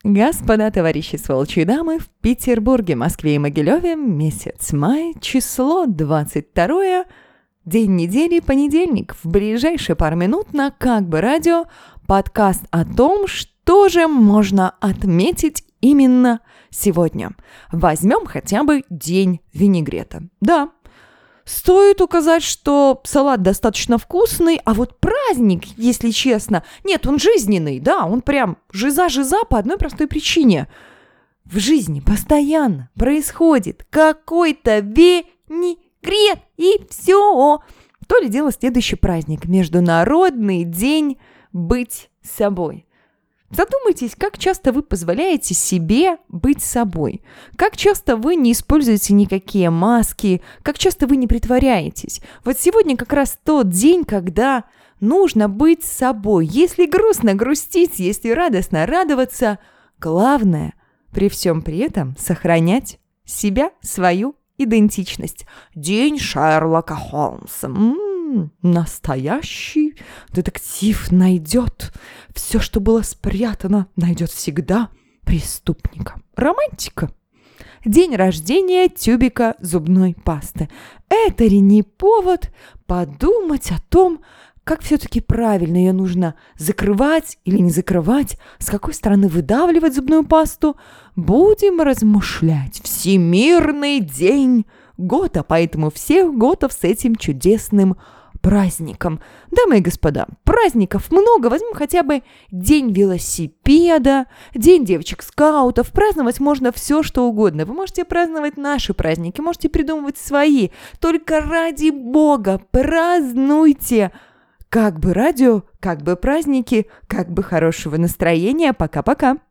Господа, товарищи, сволочи и дамы, в Петербурге, Москве и Могилеве месяц май, число 22, день недели, понедельник. В ближайшие пару минут на «Как бы радио» подкаст о том, что же можно отметить именно сегодня. Возьмем хотя бы день винегрета. Да, стоит указать, что салат достаточно вкусный, а вот праздник, если честно, нет, он жизненный, да, он прям жиза-жиза по одной простой причине. В жизни постоянно происходит какой-то винегрет, и все. То ли дело следующий праздник – Международный день быть собой. Задумайтесь, как часто вы позволяете себе быть собой, как часто вы не используете никакие маски, как часто вы не притворяетесь. Вот сегодня как раз тот день, когда нужно быть собой. Если грустно грустить, если радостно радоваться, главное при всем при этом сохранять себя, свою идентичность. День Шерлока Холмса. Настоящий детектив найдет все, что было спрятано, найдет всегда преступника. Романтика. День рождения тюбика зубной пасты. Это ли не повод подумать о том, как все-таки правильно ее нужно закрывать или не закрывать, с какой стороны выдавливать зубную пасту? Будем размышлять. Всемирный день года, поэтому всех готов с этим чудесным праздником. Дамы и господа, праздников много. Возьмем хотя бы день велосипеда, день девочек-скаутов. Праздновать можно все, что угодно. Вы можете праздновать наши праздники, можете придумывать свои. Только ради Бога празднуйте. Как бы радио, как бы праздники, как бы хорошего настроения. Пока-пока.